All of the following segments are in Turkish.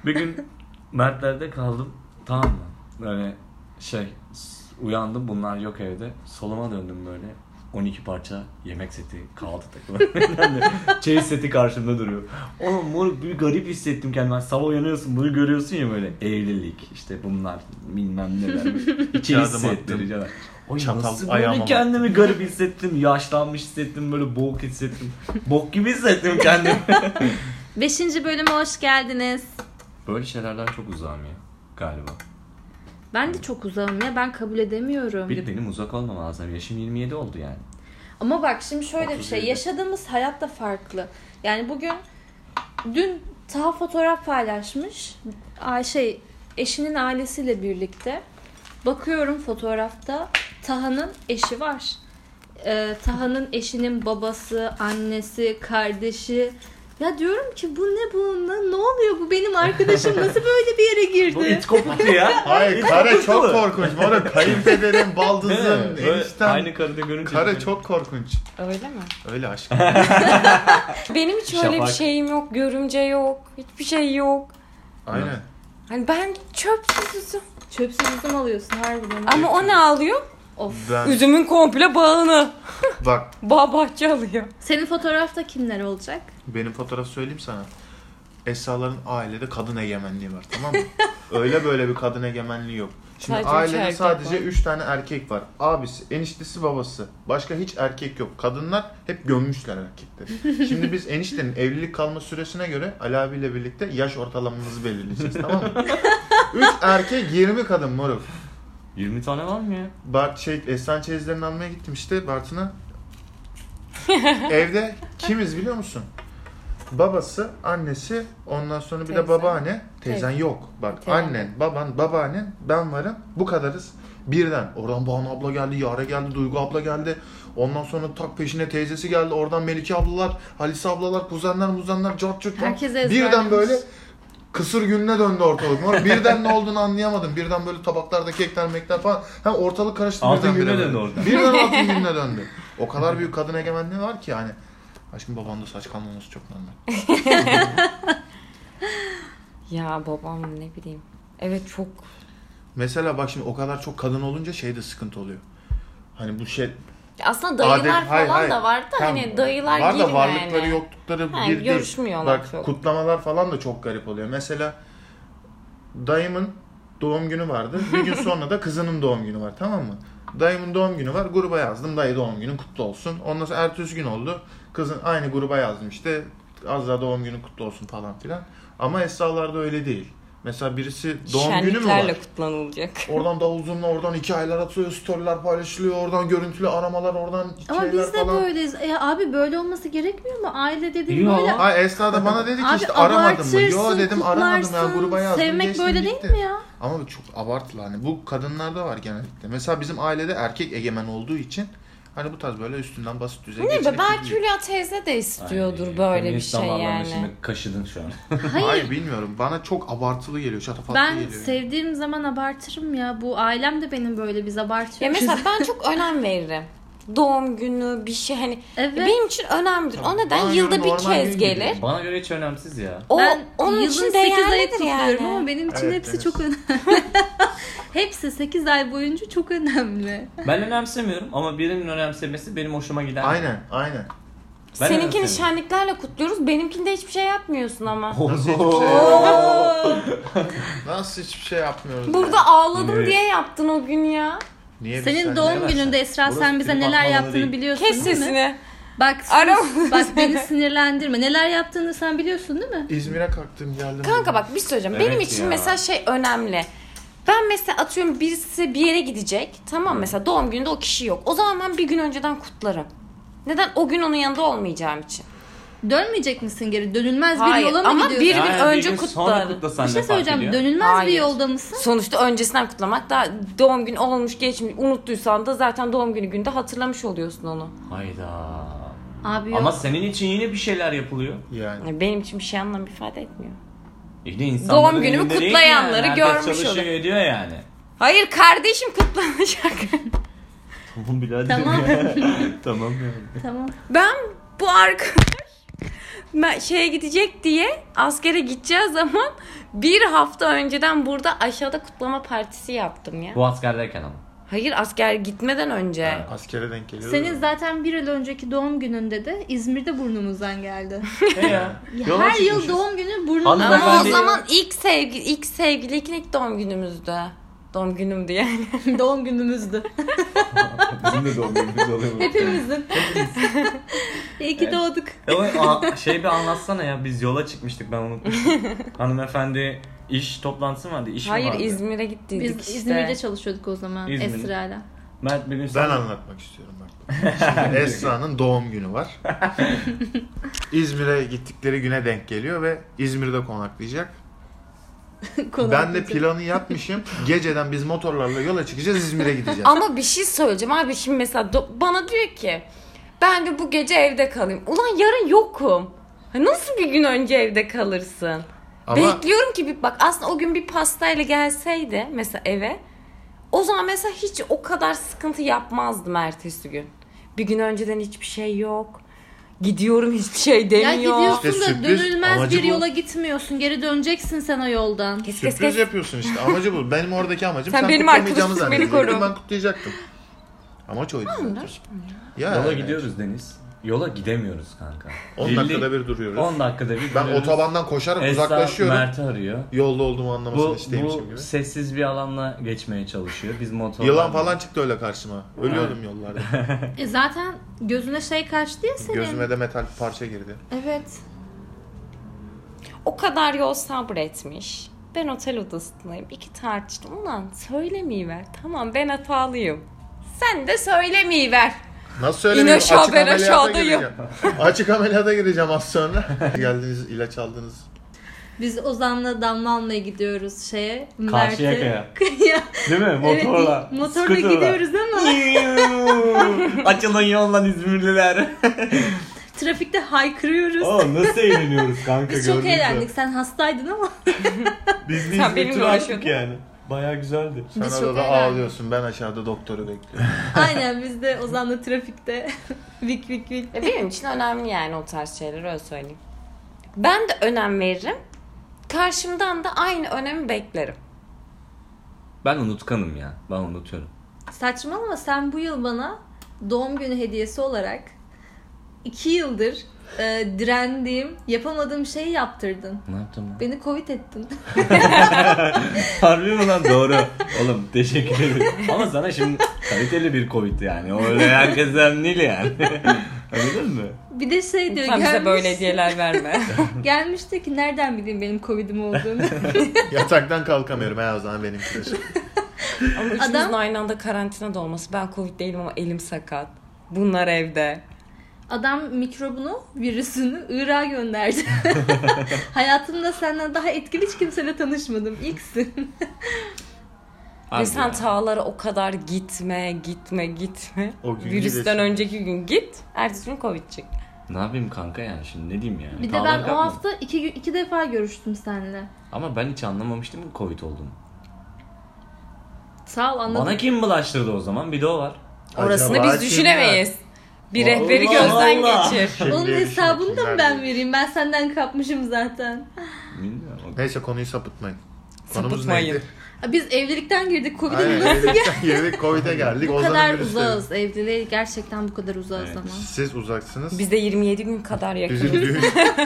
Bir gün Mertler'de kaldım. Tamam mı? Böyle uyandım, bunlar yok evde. Soluma döndüm böyle. 12 parça yemek seti kaldı takılı. Çeyiz seti karşımda duruyor. Oğlum moruk bir garip hissettim kendimi. Sabah uyanıyorsun, bunu görüyorsun ya böyle. Evlilik işte bunlar bilmem neler. Çeyiz setleri canım. Nasıl böyle kendimi garip hissettim. Yaşlanmış hissettim, böyle boğuk hissettim. Bok gibi hissettim kendimi. 5. bölüme hoş geldiniz. Böyle şeylerden çok uzağım ya galiba. Ben de çok uzağım ya, ben kabul edemiyorum. Bir de benim uzak olmam lazım. Yaşım 27 oldu yani. Ama bak şimdi şöyle 37. bir şey. Yaşadığımız hayat da farklı. Yani dün Taha fotoğraf paylaşmış. Eşinin ailesiyle birlikte. Bakıyorum fotoğrafta Taha'nın eşi var. Taha'nın eşinin babası, annesi, kardeşi. Ya diyorum ki bu ne bu? Ne oluyor bu? Benim arkadaşım nasıl böyle bir yere girdi? Bu it kopuktu ya. Hayır, kare çok korkunç. Bana kayınpederim, baldızım, eniştem. Aynı karıda görünce. Kare çok korkunç. Öyle mi? Öyle aşkım. Benim hiç öyle bir şeyim yok. Görümce yok. Hiçbir şey yok. Aynen. Hani ben çöpsüzüm. Çöpsüz üzüm alıyorsun harbiden. Ama o ne alıyor? Of. Üzümün komple bağını. Bak. Bağ bahçe alıyor. Senin fotoğrafta kimler olacak? Benim fotoğrafı söyleyeyim sana. Esra'ların ailede kadın egemenliği var, tamam mı? Öyle böyle bir kadın egemenliği yok. Şimdi Sadece ailede sadece var. 3 tane erkek var. Abisi, eniştesi, babası. Başka hiç erkek yok. Kadınlar hep gömmüşler erkekleri. Şimdi biz eniştenin evlilik kalma süresine göre Ali abiyle birlikte yaş ortalamamızı belirleyeceğiz, tamam mı? 3 erkek 20 kadın moruk. 20 tane var mı ya? Esran çeyizlerini almaya gittim işte Bartın'a. Evde kimiz biliyor musun? Babası, annesi, ondan sonra bir de babaanne. Teyzen yok. Bak Teyzen. annen, baban, babaannen, ben varım. Bu kadarız. Birden. Oradan Banu abla geldi, Yare geldi, Duygu abla geldi. Ondan sonra tak peşine teyzesi geldi. Oradan Melike ablalar, Halise ablalar, kuzenler, cart curt. Herkes ezberlemiş. Birden böyle kısır gününe döndü ortalık. Birden ne olduğunu anlayamadım. Birden böyle tabaklarda kekler mekler falan. Hem ortalık karıştı. Altın birden gününe döndü orada. Birden altın gününe döndü. O kadar büyük kadın egemenliği var ki yani. Aşkım babanda saç kalmaması çok normal. Ya babam ne bileyim. Evet çok. Mesela bak şimdi o kadar çok kadın olunca de sıkıntı oluyor. Hani bu şey... Aslında dayılar falan da var da hani dayılar var girmiyor da varlıkları yani. yoklukları Ha, bir değil. görüşmüyorlar Bak çok. kutlamalar falan da çok garip oluyor. Mesela dayımın doğum günü vardı. Bir gün sonra da kızının doğum günü var, tamam mı? Dayımın doğum günü var. Gruba yazdım. Dayı doğum günün kutlu olsun. Ondan sonra ertesi gün oldu. Kızın aynı gruba yazdım işte. Az daha doğum günün kutlu olsun falan filan. Ama Esra'larda öyle değil. Mesela birisi doğum günü mü var? Şenliklerle kutlanılacak. Oradan davul zurna, oradan hikayeler atıyor, storyler paylaşılıyor, oradan görüntülü aramalar, oradan Ama şeyler biz de falan. böyleyiz. Abi böyle olması gerekmiyor mu? Aile dediğin Yo. böyle. Ay Esra da bana dedi ki Abi işte aramadım mı? Yo abartırsın, dedim aramadım ya, kutlarsın. gruba yazdım. Sevmek geçtim, böyle gitti. değil mi ya? Ama çok abartılı hani. Bu kadınlarda var genellikle. Mesela bizim ailede erkek egemen olduğu için hani bu tarz böyle üstünden basit düzey Ne be geçinip belki gidiyor. Hülya teyze de istiyordur Ay, böyle bir feminist şey damarlarını yani. Şimdi kaşıdın şu an. Hayır bilmiyorum. Bana çok abartılı geliyor. Şatafatlı Ben geliyor. sevdiğim zaman abartırım ya. Bu ailem de benim böyle biz abartıyor. Ya mesela ben çok önem veririm. Doğum günü bir şey hani Evet. benim için önemlidir. O neden Bana yılda göre bir normal kez gün gelir. gibi. Bana göre hiç önemsiz ya. Ben Onun yılın için 8 ayı değerlidir kutluyorum yani. ama benim için Evet, hepsi evet. çok önemli. Hepsi 8 ay boyunca çok önemli. Ben önemsemiyorum ama birinin önemsemesi benim hoşuma gider. Aynen. Ben Seninkini önemsemiyorum. şenliklerle kutluyoruz. Benimkinde hiçbir şey yapmıyorsun ama. Nasıl hiçbir şey yapmıyoruz? Nasıl hiçbir şey yapmıyoruz? Burada ya? ağladım Evet. diye yaptın o gün ya. Niye biz Senin seninle- doğum Bilemezsin. gününde Esra Burası sen bize klip neler atmaları yaptığını değil. biliyorsun Kes değil mi? sesini. Bak Arama. bak beni sinirlendirme. Neler yaptığını sen biliyorsun değil mi? İzmir'e kalktım geldim. Kanka bak bir şey söyleyeceğim. Evet Benim için ya. mesela şey önemli. Ben mesela atıyorum birisi bir yere gidecek. Tamam mesela doğum gününde o kişi yok. O zaman ben bir gün önceden kutlarım. Neden? O gün onun yanında olmayacağım için. Dönmeyecek misin geri? Dönülmez bir Hayır, yola mı ama gidiyorsun? bir gün Yani önce gün sonra kutlarım. kutlasan Bir şey ne fark söyleyeceğim. ediyor? Dönülmez bir Hayır. yolda mısın? Sonuçta öncesinden kutlamak da doğum günü olmuş geçmiş unuttuysan da zaten doğum günü günde hatırlamış oluyorsun onu. Hayda. Abi yok. Ama senin için yine bir şeyler yapılıyor. Yani. Yani benim için bir şey anlam ifade etmiyor. İşte insanların Doğum günümü elinde değil kutlayanları yani. Herkes görmüş çalışıyor oluyor. ediyor yani. Hayır kardeşim kutlanacak. Tamam birader Tamam. ya. Tamam yani. Tamam. Ben bu arkadaş şeye gidecek diye askere gideceğiz zaman bir hafta önceden burada aşağıda kutlama partisi yaptım ya. Bu askerdeyken ama. Hayır, asker gitmeden önce. Askere denk geliyor. Senin zaten bir yıl önceki doğum gününde de İzmir'de burnumuzdan geldi. Ya. Ya Yola her yıl çıkmışız. doğum günü burnumuzdan Hanımefendi- Ama o geliyor. zaman ilk sevgiliyken ilk doğum günümüzdü. Doğum günümdü yani. Doğum günümüzdü. Bizim de doğum günümüz oluyor. Hepimizin. İyi ki doğduk. Şey bir anlatsana ya, biz yola çıkmıştık, ben unutmuşum. Hanımefendi iş toplantısı mı vardı? İş mi Hayır, vardı? İzmir'e gittiydik Biz işte. İzmir'de çalışıyorduk o zaman İzmir'de. Esra'yla. Mert bir gün Ben sana... anlatmak istiyorum bak. Şimdi Esra'nın doğum günü var. İzmir'e gittikleri güne denk geliyor ve İzmir'de konaklayacak. Ben de planı yapmışım. Geceden biz motorlarla yola çıkacağız, İzmir'e gideceğiz. Ama bir şey söyleyeceğim abi, şimdi mesela bana diyor ki ben de bu gece evde kalayım. Ulan yarın yokum. Nasıl bir gün önce evde kalırsın? Ama Bekliyorum ki bak aslında o gün bir pastayla gelseydi mesela eve, o zaman mesela hiç o kadar sıkıntı yapmazdım ertesi gün. Bir gün önceden hiçbir şey yok. Gidiyorum, hiçbir şey Ya demiyor. gidiyorsun İşte da sürpriz, dönülmez amacı bir bu. yola gitmiyorsun. Geri döneceksin sen o yoldan. Kes kes sürpriz kes. yapıyorsun işte. Amacı bu. Benim oradaki amacım Sen benim kutlamayacağımı arkadaşım, beni zannediyordun. koru. Ben kutlayacaktım. Amaç oydu zaten. Ya, Yola evet. gidiyoruz Deniz. Yola gidemiyoruz kanka. 10 dakikada bir duruyoruz. 10 dakikada bir Ben duruyoruz. otobandan koşarak Esra uzaklaşıyorum. Mert'i arıyor. Yolda olduğumu anlamasını isteymişim Bu gibi. sessiz bir alanla geçmeye çalışıyor. Biz motorla... Yılan falan çıktı öyle karşıma. Ölüyordum yollarda. Zaten gözüne şey kaçtı ya senin. Gözüme de metal parça girdi. Evet. O kadar yol sabretmiş. Ben otel odasındayım. 2 tartıştım. Ulan söylemeyiver. Tamam, ben hatalıyım. Sen de söylemeyiver. Nasıl söylemiyorum? aşağı, Açık ben ameliyata aşağıdayım. gireceğim. Açık ameliyata gireceğim az sonra. Geldiniz, ilaç aldınız. Biz Ozan'la Damla almaya gidiyoruz şeye. Karşıyaka'ya. Kıyıya. Değil mi? Motorla. Evet, motorla scooter'la. gidiyoruz ama Açılın yoldan İzmirliler. trafikte haykırıyoruz. Nasıl eğleniyoruz kanka, Biz çok gördün mü? eğlendik. Sen hastaydın ama. Biz de Sen İzmir benimle turu attık uğraşıyordun. yani. Bayağı güzeldi. Sen Biz çok orada eğlendik. ağlıyorsun. Ben aşağıda doktoru bekliyorum. Aynen, biz de Ozan'la trafikte. Vik vik vik. Benim için önemli yani o tarz şeyler, öyle söyleyeyim. Ben de önem veririm. Karşımdan da aynı önemi beklerim. Ben unutkanım ya. Ben unutuyorum. Saçmalama, sen bu yıl bana doğum günü hediyesi olarak 2 yıldır direndiğim, yapamadığım şeyi yaptırdın. Ne yaptım ben? Beni Covid ettin. Harbi mi lan? Doğru. Oğlum teşekkür ederim. Ama sana şimdi kaliteli bir Covid yani. O öyle herkesten değil yani. Anladın mı? Bir de şey diyor, Sen bize gelmiş, böyle hediyeler verme. gelmiş de ki nereden bileyim benim Covid'im olduğunu. Yataktan kalkamıyorum. O zaman benim kreşim. Ama üçümüzün Adam- aynı anda karantinada olması. Ben Covid değilim ama elim sakat. Bunlar evde. Adam mikrobunu, virüsünü Irak'a gönderdi. Hayatımda senden daha etkili hiç kimseyle tanışmadım. İlksin. Harbi Ve sen ya. tağlara o kadar gitme. O gün Virüsten gidesin. önceki gün git. Ertesi gün Covid çık. Ne yapayım kanka yani, şimdi ne diyeyim yani. Bir de Tağlar ben o kalkmadı. hafta iki defa görüştüm seninle. Ama ben hiç anlamamıştım ki Covid olduğunu. Sağ ol, anladım. Bana kim bulaştırdı o zaman? Bir de o var. Orasını Acaba biz kim düşünemeyiz. Bir Vallahi rehberi gözden Allah. geçir. Kim Onun diye hesabını da düşünüyorum, mı ben kimler vereyim? Ben senden kapmışım zaten. Bilmiyorum. Neyse, konuyu sapıtmayın. Konumuz Sapıtmayın. neydi? Ha, biz evlilikten girdik. Covid'e Aynen, nasıl evlilikten girdik, Covid'e geldik. bu Ozan'ın kadar virüsü. uzağız? Evliliğe gerçekten bu kadar uzağız Evet. ama. Siz uzaksınız. Biz de 27 gün kadar Bizim yakınız.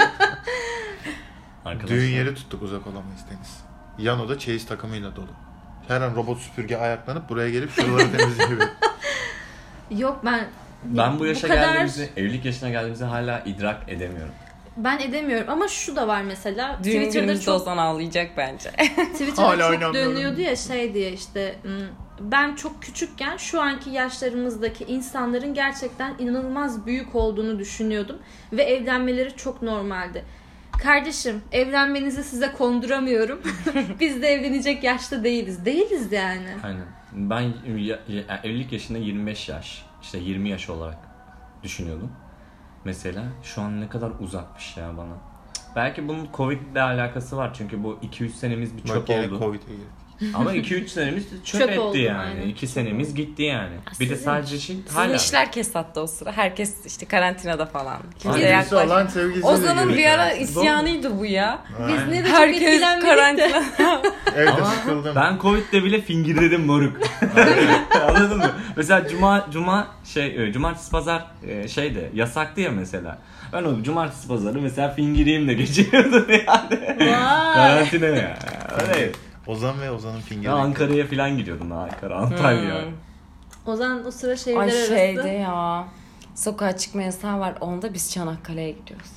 Arkadaşlar. düğün yeri tuttuk, uzak olamayız Deniz. Yan oda çeyiz takımıyla dolu. Her an robot süpürge ayaklanıp buraya gelip şuraları temizliyor. Yok, Ben bu yaşa kadar- geldiğimizde, evlilik yaşına geldiğimizde hala idrak edemiyorum. Ben edemiyorum ama şu da var mesela. Düğün Twitter'da günümüzde çok, Ozan ağlayacak bence. Twitter'da Hala çok oynamıyorum. dönüyordu ya şey diye işte ben çok küçükken şu anki yaşlarımızdaki insanların gerçekten inanılmaz büyük olduğunu düşünüyordum ve evlenmeleri çok normaldi. Kardeşim, evlenmenizi size konduramıyorum. Biz de evlenecek yaşta değiliz. Değiliz yani. Aynen. Ben evlilik yaşında 25 yaş, işte 20 yaş olarak düşünüyordum. Mesela şu an ne kadar uzakmış ya bana. Belki bunun Covid ile alakası var çünkü bu 200 senemiz bir çöp Bak yine oldu. Covid'e girdik. Ama 2-3 senemiz çöp Çöp etti oldu, yani. aynen. 2 senemiz gitti yani. Bir de Sizin- sadece şey Sizin hala. işler kesattı o sıra. Herkes işte karantinada falan. Kimse Sevgilisi yaklaşmıyor. olan sevgilisiyle Ozan'ın bir görüşüyor. ara isyanıydı bu ya. Biz ne de çok Herkes etkilenmedik de. karantina. Evde Ama sıkıldım. ben Covid'de bile fingirdedim moruk. Anladın mı? Mesela cumartesi pazar şeyde yasaktı ya mesela. Ben o cumartesi pazarı mesela fingiriyim de geçiriyordum yani. Vay. Karantina ya. Öyle. Ozan ve Ozan'ın Ya fingiri. Ankara'ya falan gidiyordum. Ankara, Antalya. Ozan o sıra şehirler Ay arası. şeyde ya. Sokağa çıkma yasağı var. Onda biz Çanakkale'ye gidiyoruz.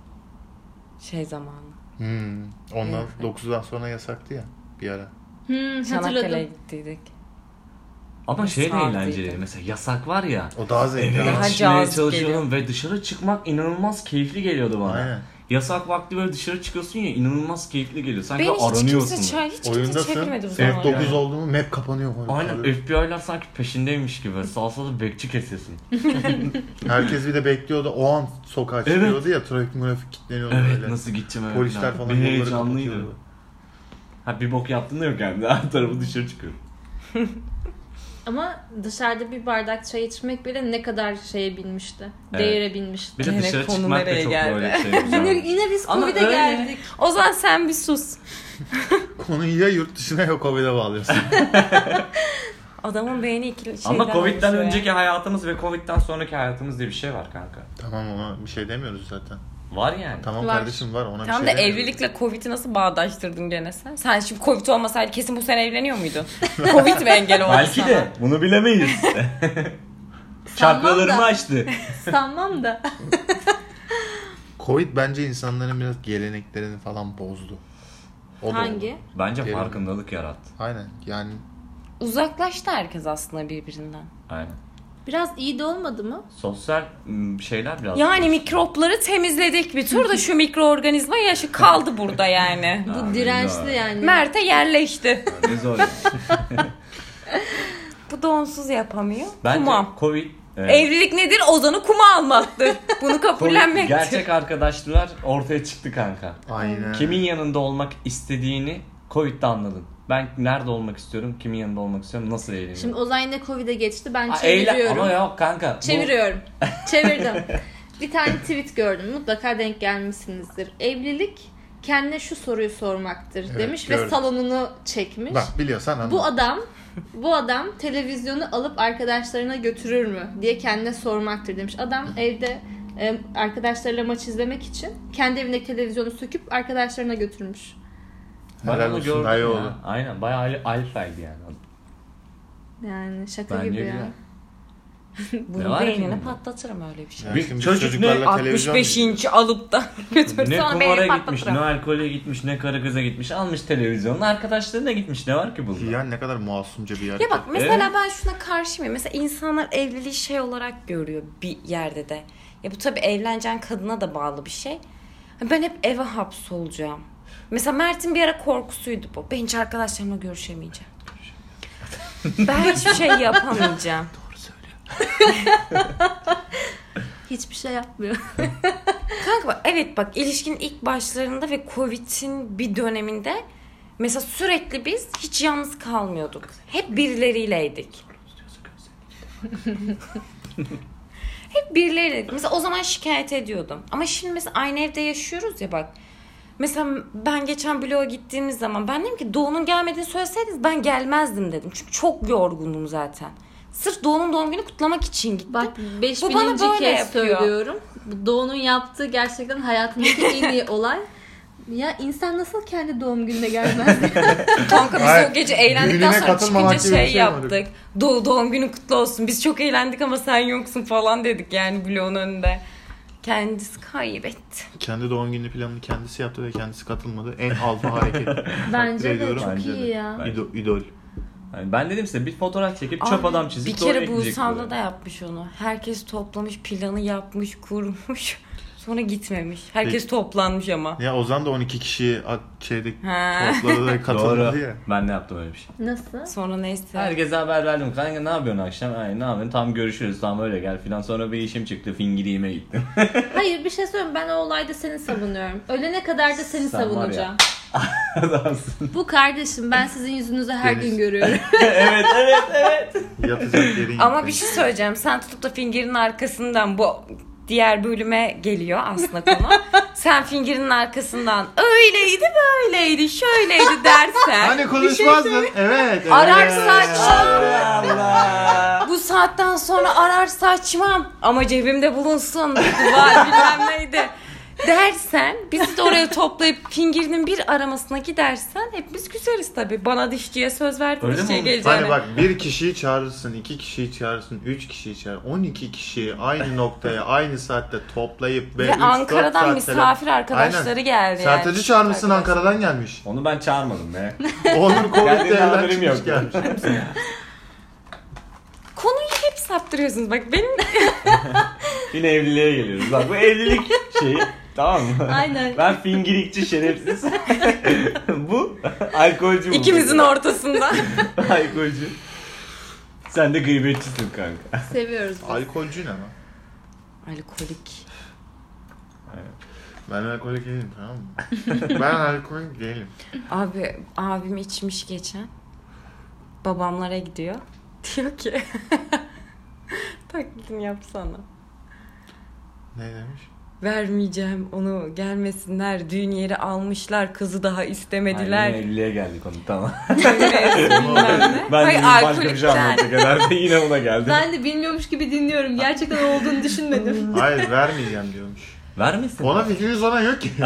Şey zamanı. Ondan 9'dan sonra yasaktı ya bir ara. Çanakkale'ye Hatırladım. gittiydik. Ama şey de Saatiydi. eğlenceli. Mesela yasak var ya. O daha zevkli. Eve ama. Daha yetişmeye cazip çalışıyordum ve dışarı çıkmak inanılmaz keyifli geliyordu bana. Aynen. Yasak vakti böyle dışarı çıkıyorsun ya inanılmaz keyifli geliyor. Sanki Beni hiç aranıyorsun. kimse Oyundasın. çekmedi bu zaman. F9 oldu mu map kapanıyor. Aynen FBI'lar sanki peşindeymiş gibi. Salsada bekçi kesiyorsun. Herkes bir de bekliyordu. O an sokağa çıkıyordu ya. Trafik kilitleniyordu Evet böyle. nasıl gideceğim eve Polisler falan Bir yolları heyecanlıydı. kapatıyordu. Ha bir bok yaptın da yok yani. Her tarafı dışarı çıkıyor. Ama dışarıda bir bardak çay içmek bile ne kadar şeye binmişti. Evet. Değere binmişti. Bir de Gene dışarı konu çıkmak da nereye çok geldi? böyle şey Yine, güzel. yine biz Ama Covid'e öyle. geldik. Ozan sen bir sus. Konuyu ya yurt dışına ya Covid'e bağlıyorsun. Adamın beyni ikili şeyden Ama Covid'den oluşuyor ya. önceki hayatımız ve Covid'den sonraki hayatımız diye bir şey var kanka. Tamam ona bir şey demiyoruz zaten. Var yani. Tamam Var. kardeşim var ona Tam bir da şey demiyoruz. evlilikle Covid'i nasıl bağdaştırdın gene sen? Sen şimdi Covid olmasaydı kesin bu sene evleniyor muydun? Covid mi engel oldu Belki sana? de bunu bilemeyiz. Çakralarımı açtı. Sanmam da. Covid bence insanların biraz geleneklerini falan bozdu. O da Hangi? oldu. Bence Gelin. farkındalık yarattı. Aynen yani Uzaklaştı herkes aslında birbirinden. Aynen. Biraz iyi de olmadı mı? Sosyal şeyler biraz... Yani mikropları temizledik bir tur da şu mikroorganizma yaşı kaldı burada yani. Ha, Bu ne dirençli zor. yani. Mert'e yerleşti. Ne zor yani. Bu da onsuz yapamıyor. Bence Kumam. Covid... Evlilik nedir? Ozan'ı kuma almaktır. Bunu Covid, kabullenmektir. gerçek arkadaşlıklar ortaya çıktı kanka. aynen. Kimin yanında olmak istediğini Covid'de anladın. Ben nerede olmak istiyorum, kimin yanında olmak istiyorum, nasıl eğleniyorum. Şimdi Ozan yine Covid'e geçti. Ben Aa, çeviriyorum. Ama yok kanka. Çeviriyorum. Çevirdim. Bir tane tweet gördüm. Mutlaka denk gelmişsinizdir. Evlilik kendine şu soruyu sormaktır Evet, demiş ve gördüm. salonunu çekmiş. Bak biliyorsan anla. Bu adam televizyonu alıp arkadaşlarına götürür mü diye kendine sormaktır demiş. Adam evde arkadaşlarıyla maç izlemek için kendi evindeki televizyonu söküp arkadaşlarına götürmüş. Ben Helal onu olsun gördüm dayı ya. oğlu. Aynen bayağı alfaydı yani. Yani şaka Bence gibi güzel. ya. Ne Bunun var ki beynini bunda? patlatırım öyle bir şey. Yani Bir şimdi çocuk çocuklarla ne? televizyon 65 izliyor. inç alıp da götür Ne sonra kumara beynini gitmiş, ne patlatırım. alkole gitmiş, ne karı kıza gitmiş. Almış televizyonun arkadaşlarına gitmiş. Ne var ki bunda? Yani ne kadar masumca bir yer. Ya bak mesela ben şuna karşıyım. Mesela insanlar evliliği şey olarak görüyor bir yerde de. Ya bu tabii evleneceğin kadına da bağlı bir şey. Ben hep eve hapsolacağım. Mesela Mert'in bir ara korkusuydu bu. Ben hiç arkadaşlarımla görüşemeyeceğim. Ben hiçbir şey yapamayacağım. Doğru söylüyor. Hiçbir şey yapmıyor. Kanka bak, evet bak ilişkinin ilk başlarında ve Covid'in bir döneminde mesela sürekli biz hiç yalnız kalmıyorduk. Hep birileriyleydik. Hep birileriyleydik. Mesela o zaman şikayet ediyordum. Ama şimdi mesela aynı evde yaşıyoruz ya bak. Mesela ben geçen bloğa gittiğimiz zaman ben dedim ki Doğu'nun gelmediğini söyleseydiniz ben gelmezdim dedim. Çünkü çok yorgundum zaten. Sırf Doğu'nun doğum günü kutlamak için gittim. Bak Bu 5000. bana böyle kez yapıyor. söylüyorum. Bu Doğu'nun yaptığı gerçekten hayatındaki en iyi olay. Ya insan nasıl kendi doğum gününe gelmez? Kanka biz Hayır, o gece eğlendikten düğününe sonra katılmamak çıkınca gibi bir şey şey mi yaptık. Doğum günün kutlu olsun. Biz çok eğlendik ama sen yoksun falan dedik yani bloğun önünde. Kendisi kaybetti. Kendi doğum günü planını kendisi yaptı ve kendisi katılmadı. En alfa hareket. Bence Takdir de ediyorum. çok Bence de. iyi ya. İdol. Yani ben dedim size bir fotoğraf çekip çöp Abi, adam çizip bir doğru kere ekleyecek Buğusal'da buraya. da yapmış onu. Herkes toplamış, planı yapmış, kurmuş. Sonra gitmemiş. Herkes toplanmış ama. Ya Ozan da 12 kişiyi şeyde Ha. topladı da katılmadı Doğru. ya. Ben de yaptım öyle bir şey. Nasıl? Sonra neyse. Herkese haber verdim. Kanka ne yapıyorsun akşam? Ay ne yapıyorsun? Tam görüşürüz. Tam öyle gel filan. Sonra bir işim çıktı. Fingiriyime gittim. Hayır bir şey söyleyeyim. Ben o olayda seni savunuyorum. Ölene kadar da seni Sen var ya. savunacağım. Adamsın. Bu kardeşim, ben sizin yüzünüzü her Deniz. gün görüyorum. evet. Yatacak yerin yok. Ama bir şey söyleyeceğim. Sen tutup da Fingir'in arkasından bu diğer bölüme geliyor aslında konu. Sen Fingir'in arkasından öyleydi böyleydi şöyleydi dersen. Hani konuşmazdın. Evet. Arar evet. saçma. Allah. Bu saatten sonra arar saçmam. Ama cebimde bulunsun. Var bilmem neydi. Dersen bizi de oraya toplayıp Fingir'in bir aramasına gidersen hepimiz güzeliz tabii. Bana dişçiye söz verdin Öyle mi dişçiye oldu? geleceğine. Hani bak bir kişiyi çağırırsın, 2 kişiyi çağırırsın, 3 kişiyi çağır. 12 kişiyi aynı noktaya aynı saatte toplayıp Ve Ankara'dan misafir arkadaşları geldi. Sertacı çağırmışsın, Ankara'dan gelmiş. Onu ben çağırmadım be. Onur Covid'de Kendinden evden haberim çıkmış yok. gelmiş. Konuyu hep saptırıyorsunuz. Bak benim Yine evliliğe geliyoruz. Bak bu evlilik şeyi, tamam mı? Aynen. Ben fingirikçi şerefsiz. Bu alkolcü bu. ikimizin ortasında. Alkolcü. Sen de gıybetçisin kanka. Seviyoruz biz. Alkolcü ne lan? Alkolik. Ben alkolik değilim, tamam mı? Ben alkolik değilim. Abi abim içmiş geçen. Babamlara gidiyor. Diyor ki taklidini yapsana. Ne demiş? Vermeyeceğim onu, gelmesinler, düğün yeri almışlar, kızı daha istemediler. Aynen, evliliğe geldik onu, tamam. Bilmem ne. Ben Hayır, de başka bir şey alkolikten. anlatacak herhalde, yine ona geldim. Ben de bilmiyormuş gibi dinliyorum. Gerçekten olduğunu düşünmedim. Hayır, vermeyeceğim diyormuş. Vermesin. Ona fikriniz ona yok ki.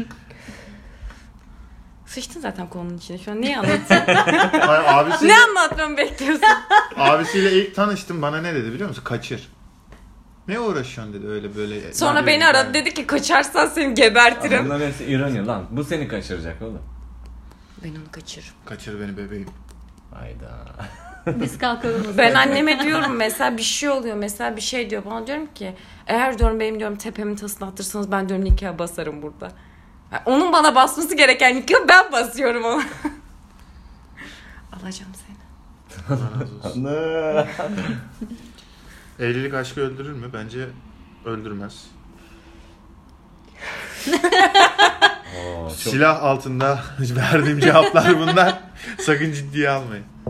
Sıçtın zaten konunun içine şu an. Niye anlatıyorsun? Hayır, abisiyle, Ne anlatmamı bekliyorsun? abisiyle ilk tanıştım, bana ne dedi biliyor musun? Kaçır. Ne uğraşıyorsun dedi öyle böyle. Sonra Yani- beni aradı, dedi ki kaçarsan seni gebertirim. Bunların hepsi ironi lan. Bu seni kaçıracak oğlum. Ben onu kaçırırım. Kaçır beni bebeğim. Hayda. Biz kalkalım. Ben anneme diyorum mesela bir şey oluyor, mesela bir şey diyor bana, diyorum ki eğer diyorum benim diyorum tepemin tasını attırsanız ben diyorum nikah basarım burada. Yani onun bana basması gereken nikah, ben basıyorum ona. Alacağım seni. Allah razı olsun. Ana. Evlilik aşkı öldürür mü? Bence öldürmez. Oo, çok Silah altında verdiğim cevaplar bunlar. Sakın ciddiye almayın.